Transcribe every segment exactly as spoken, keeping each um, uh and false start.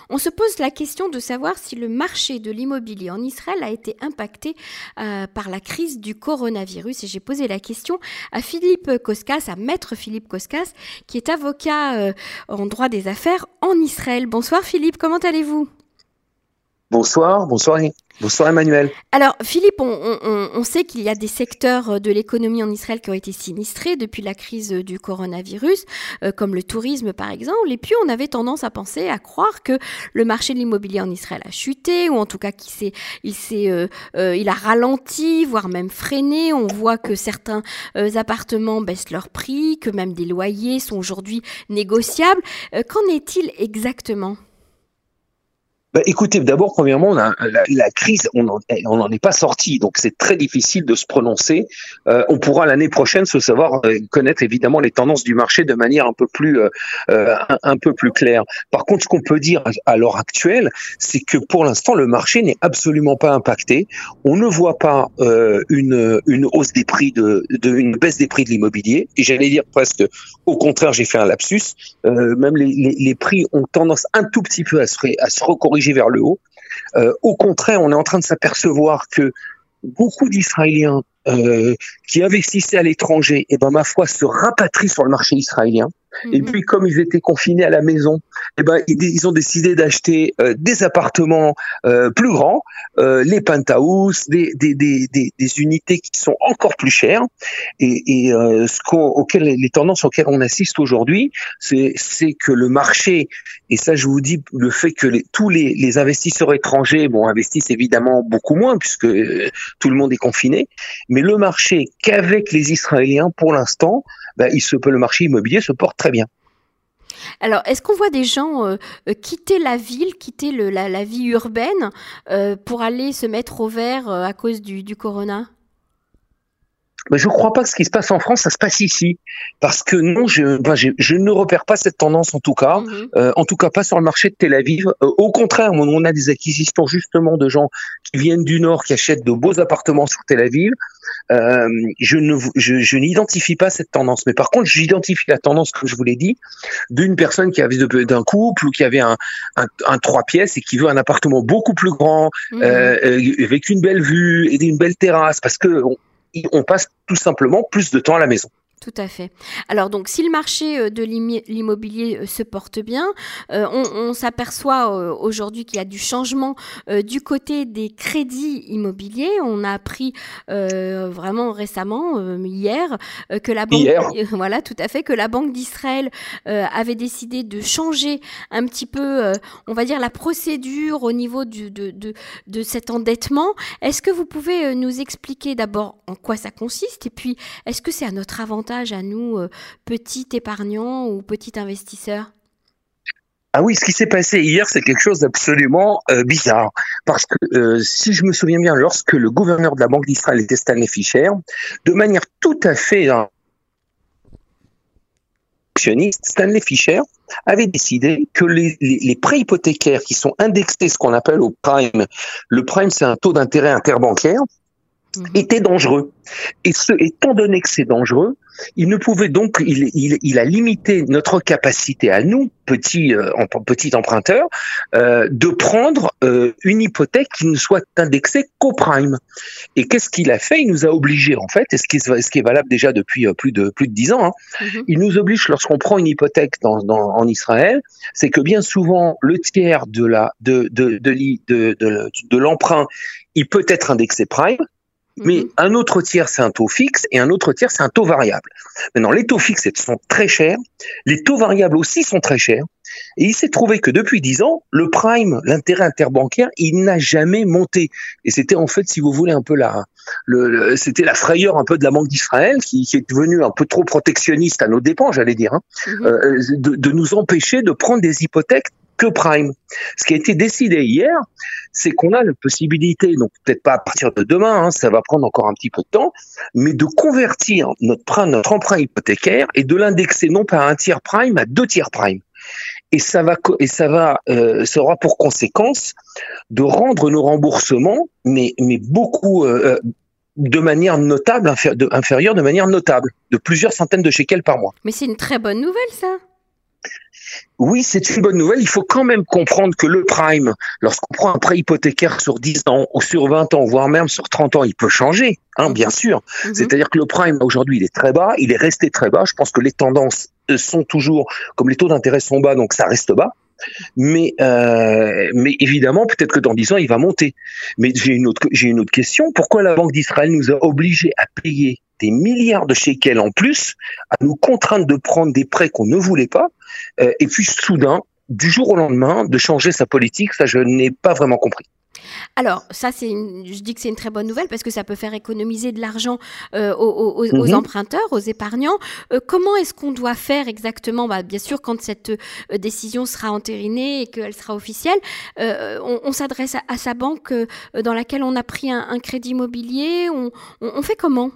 On se pose la question de savoir si le marché de l'immobilier en Israël a été impacté euh, par la crise du coronavirus. Et j'ai posé la question à Philippe Koskas, à Maître Philippe Koskas, qui est avocat euh, en droit des affaires en Israël. Bonsoir Philippe, comment allez-vous ? Bonsoir, bonsoir, bonsoir Emmanuel. Alors Philippe, on, on, on sait qu'il y a des secteurs de l'économie en Israël qui ont été sinistrés depuis la crise du coronavirus, euh, comme le tourisme par exemple, et puis on avait tendance à penser, à croire que le marché de l'immobilier en Israël a chuté, ou en tout cas qu'il s'est, il, s'est, euh, euh, il a ralenti, voire même freiné. On voit que certains euh, appartements baissent leur prix, que même des loyers sont aujourd'hui négociables. Euh, qu'en est-il exactement ? Bah, écoutez, d'abord, premièrement, on a, la, la crise, on n'en est pas sorti, donc c'est très difficile de se prononcer. Euh, on pourra l'année prochaine se savoir euh, connaître évidemment les tendances du marché de manière un peu plus, euh, un, un peu plus claire. Par contre, ce qu'on peut dire à, à l'heure actuelle, c'est que pour l'instant, le marché n'est absolument pas impacté. On ne voit pas euh, une, une hausse des prix de, de, une baisse des prix de l'immobilier. Et j'allais dire presque au contraire, j'ai fait un lapsus. Euh, même les, les, les prix ont tendance un tout petit peu à se, à se recorriger vers le haut. Euh, au contraire, on est en train de s'apercevoir que beaucoup d'Israéliens euh, qui investissaient à l'étranger, et ben ma foi, se rapatrient sur le marché israélien. Mmh. Et puis, comme ils étaient confinés à la maison, et ben ils, ils ont décidé d'acheter euh, des appartements euh, plus grands, euh, les penthouse, des, des, des, des, des unités qui sont encore plus chères. Et, et euh, ce qu'on, auquel, les tendances auxquelles on assiste aujourd'hui, c'est, c'est que le marché, et ça je vous dis, le fait que les, tous les, les investisseurs étrangers, bon, investissent évidemment beaucoup moins puisque euh, tout le monde est confiné, mais le marché qu'avec les Israéliens, pour l'instant, ben, il se peut, le marché immobilier se porte très bien. Alors, est-ce qu'on voit des gens euh, quitter la ville, quitter le, la, la vie urbaine euh, pour aller se mettre au vert euh, à cause du, du corona ? Mais je ne crois pas que ce qui se passe en France, ça se passe ici. Parce que non, je, ben, je, je ne repère pas cette tendance en tout cas. Mmh. Euh, en tout cas, pas sur le marché de Tel Aviv. Euh, au contraire, on a des acquisitions justement de gens qui viennent du Nord, qui achètent de beaux appartements sur Tel Aviv. Euh, je, ne, je, je n'identifie pas cette tendance. Mais par contre, j'identifie la tendance, comme je vous l'ai dit, d'une personne qui avait de, d'un couple ou qui avait un, un, un trois pièces et qui veut un appartement beaucoup plus grand, mmh. euh, avec une belle vue et une belle terrasse. Parce que on, on passe tout simplement plus de temps à la maison. Tout à fait. Alors donc, si le marché de l'immobilier se porte bien, euh, on, on s'aperçoit euh, aujourd'hui qu'il y a du changement euh, du côté des crédits immobiliers. On a appris euh, vraiment récemment, euh, hier, euh, que la banque, hier. Euh, voilà, tout à fait, que la Banque d'Israël euh, avait décidé de changer un petit peu, euh, on va dire, la procédure au niveau du, de, de, de cet endettement. Est-ce que vous pouvez nous expliquer d'abord en quoi ça consiste, et puis est-ce que c'est à notre avantage à nous, euh, petits épargnants ou petits investisseurs ? Ah oui, ce qui s'est passé hier, c'est quelque chose d'absolument euh, bizarre. Parce que, euh, si je me souviens bien, lorsque le gouverneur de la Banque d'Israël était Stanley Fischer, de manière tout à fait hein, Stanley Fischer avait décidé que les, les, les prêts hypothécaires qui sont indexés, ce qu'on appelle au prime, le prime c'est un taux d'intérêt interbancaire, était dangereux. Et ce, étant donné que c'est dangereux, il ne pouvait donc, il, il, il a limité notre capacité à nous, petits, euh, petits emprunteurs, euh, de prendre euh, une hypothèque qui ne soit indexée qu'au prime. Et qu'est-ce qu'il a fait ? Il nous a obligés, en fait, et ce qui est, ce qui est valable déjà depuis plus de plus de dix ans, hein, mm-hmm. il nous oblige, lorsqu'on prend une hypothèque dans, dans, en Israël, c'est que bien souvent le tiers de la de de de, de, de, de, de l'emprunt, il peut être indexé prime. Mais mmh. un autre tiers, c'est un taux fixe et un autre tiers, c'est un taux variable. Maintenant, les taux fixes sont très chers, les taux variables aussi sont très chers. Et il s'est trouvé que depuis dix ans, le prime, l'intérêt interbancaire, il n'a jamais monté. Et c'était en fait, si vous voulez, un peu la, le, le, c'était la frayeur un peu de la Banque d'Israël qui, qui est devenue un peu trop protectionniste à nos dépens, j'allais dire, hein, mmh. euh, de, de nous empêcher de prendre des hypothèques que prime. Ce qui a été décidé hier, c'est qu'on a la possibilité, donc peut-être pas à partir de demain, hein, ça va prendre encore un petit peu de temps, mais de convertir notre, notre emprunt hypothécaire et de l'indexer non pas à un tiers prime, à deux tiers prime. Et ça va, et ça va, euh, ça aura pour conséquence de rendre nos remboursements, mais, mais beaucoup, euh, de manière notable, infé- de, inférieure de manière notable, de plusieurs centaines de shekels par mois. Mais c'est une très bonne nouvelle, ça. Oui, c'est une bonne nouvelle. Il faut quand même comprendre que le prime, lorsqu'on prend un prêt hypothécaire sur dix ans ou sur vingt ans, voire même sur trente ans, il peut changer, hein, bien sûr. Mm-hmm. C'est-à-dire que le prime, aujourd'hui, il est très bas, il est resté très bas. Je pense que les tendances sont toujours, comme les taux d'intérêt sont bas, donc ça reste bas. Mais, euh, mais évidemment, peut-être que dans dix ans, il va monter. Mais j'ai une autre, j'ai une autre question. Pourquoi la Banque d'Israël nous a obligés à payer des milliards de shekels en plus, à nous contraindre de prendre des prêts qu'on ne voulait pas, euh, et puis soudain, du jour au lendemain, de changer sa politique? Ça, je n'ai pas vraiment compris. Alors, ça, c'est une, je dis que c'est une très bonne nouvelle parce que ça peut faire économiser de l'argent euh, aux, aux, Mm-hmm. aux emprunteurs, aux épargnants. Euh, comment est-ce qu'on doit faire exactement? Bah, bien sûr, quand cette euh, décision sera entérinée et qu'elle sera officielle, euh, on, on s'adresse à, à sa banque euh, dans laquelle on a pris un, un crédit immobilier. On, on, on fait comment?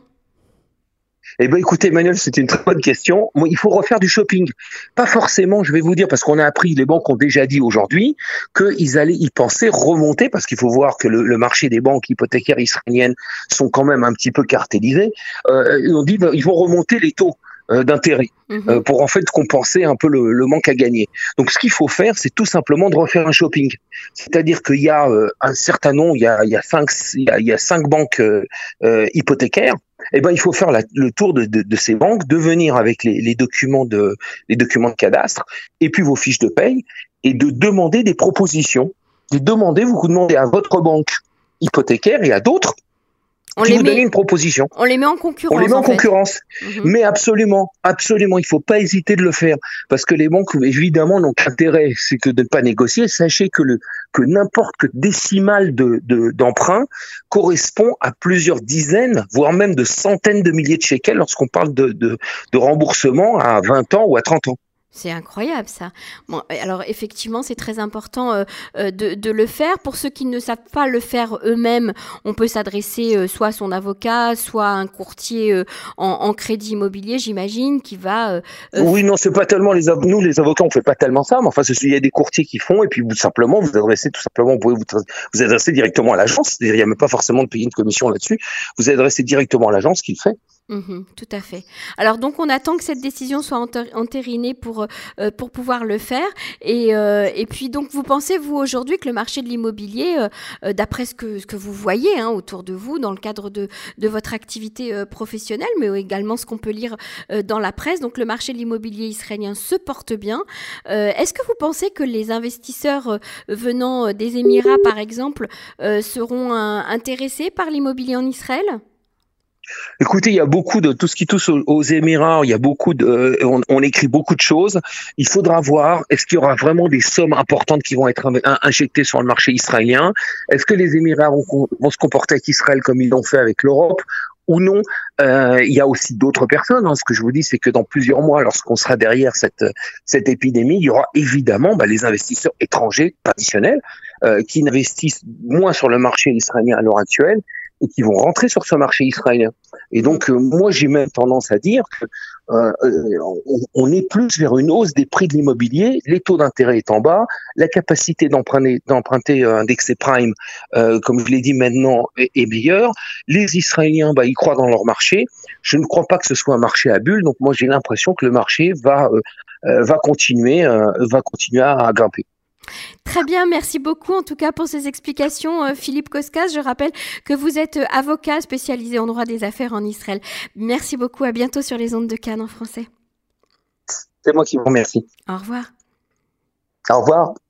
Eh ben, écoutez, Emmanuel, c'est une très bonne question. Moi, il faut refaire du shopping. Pas forcément, je vais vous dire, parce qu'on a appris, les banques ont déjà dit aujourd'hui qu'ils allaient y penser remonter, parce qu'il faut voir que le, le marché des banques hypothécaires israéliennes sont quand même un petit peu cartélisés. Euh, on dit, ben, ils vont remonter les taux euh, d'intérêt mmh. euh, pour en fait compenser un peu le, le manque à gagner. Donc, ce qu'il faut faire, c'est tout simplement de refaire un shopping. C'est-à-dire qu'il y a euh, un certain nombre, il y a, il y a cinq, il y a, il y a cinq banques euh, euh, hypothécaires. Eh ben, il faut faire la, le tour de, de, de ces banques, de venir avec les, les documents de, les documents de cadastre, et puis vos fiches de paye, et de demander des propositions. De demander, vous demandez à votre banque hypothécaire et à d'autres on qui les vous met, donnent une proposition. On les met en concurrence. On les met en, en fait. concurrence. Mm-hmm. Mais absolument, absolument, il ne faut pas hésiter de le faire. Parce que les banques, évidemment, n'ont qu'intérêt, c'est que de ne pas négocier. Sachez que, le, que n'importe que décimale de, de, d'emprunt correspond à plusieurs dizaines, voire même de centaines de milliers de shekels lorsqu'on parle de, de, de remboursement à vingt ans ou à trente ans. C'est incroyable ça. Bon, alors effectivement, c'est très important euh, de, de le faire. Pour ceux qui ne savent pas le faire eux-mêmes, on peut s'adresser euh, soit à son avocat, soit à un courtier euh, en, en crédit immobilier, j'imagine, qui va... Euh, oui, non, c'est pas tellement les av- nous les avocats, on fait pas tellement ça, mais enfin, il y a des courtiers qui font, et puis vous simplement vous adressez tout simplement, vous pouvez vous, vous adresser directement à l'agence. Il n'y a même pas forcément de payer une commission là-dessus. Vous adressez directement à l'agence qui le fait. Mmh, tout à fait. Alors donc on attend que cette décision soit entérinée pour euh, pour pouvoir le faire et euh, et puis donc vous pensez vous aujourd'hui que le marché de l'immobilier, euh, d'après ce que ce que vous voyez hein, autour de vous dans le cadre de de votre activité euh, professionnelle, mais également ce qu'on peut lire euh, dans la presse, donc le marché de l'immobilier israélien se porte bien. Euh, est-ce que vous pensez que les investisseurs euh, venant des Émirats par exemple euh, seront euh, intéressés par l'immobilier en Israël? Écoutez, il y a beaucoup de tout ce qui touche aux, aux Émirats. Il y a beaucoup de, euh, on, on écrit beaucoup de choses. Il faudra voir est-ce qu'il y aura vraiment des sommes importantes qui vont être injectées sur le marché israélien. Est-ce que les Émirats vont, vont se comporter avec Israël comme ils l'ont fait avec l'Europe ou non? Euh, il y a aussi d'autres personnes. Hein. Ce que je vous dis, c'est que dans plusieurs mois, lorsqu'on sera derrière cette cette épidémie, il y aura évidemment bah, les investisseurs étrangers traditionnels euh, qui investissent moins sur le marché israélien à l'heure actuelle et qui vont rentrer sur ce marché israélien. Et donc, euh, moi, j'ai même tendance à dire que euh, on, on est plus vers une hausse des prix de l'immobilier, les taux d'intérêt étant bas, la capacité d'emprunter, d'emprunter euh, indexé prime, euh, comme je l'ai dit maintenant, est, est meilleure. Les Israéliens, bah, ils croient dans leur marché. Je ne crois pas que ce soit un marché à bulles, donc moi, j'ai l'impression que le marché va euh, euh, va continuer, euh, va continuer à, à grimper. Très bien, merci beaucoup en tout cas pour ces explications, euh, Philippe Koskas. Je rappelle que vous êtes euh, avocat spécialisé en droit des affaires en Israël. Merci beaucoup, à bientôt sur les ondes de Cannes en français. C'est moi qui vous remercie. Au revoir. Au revoir.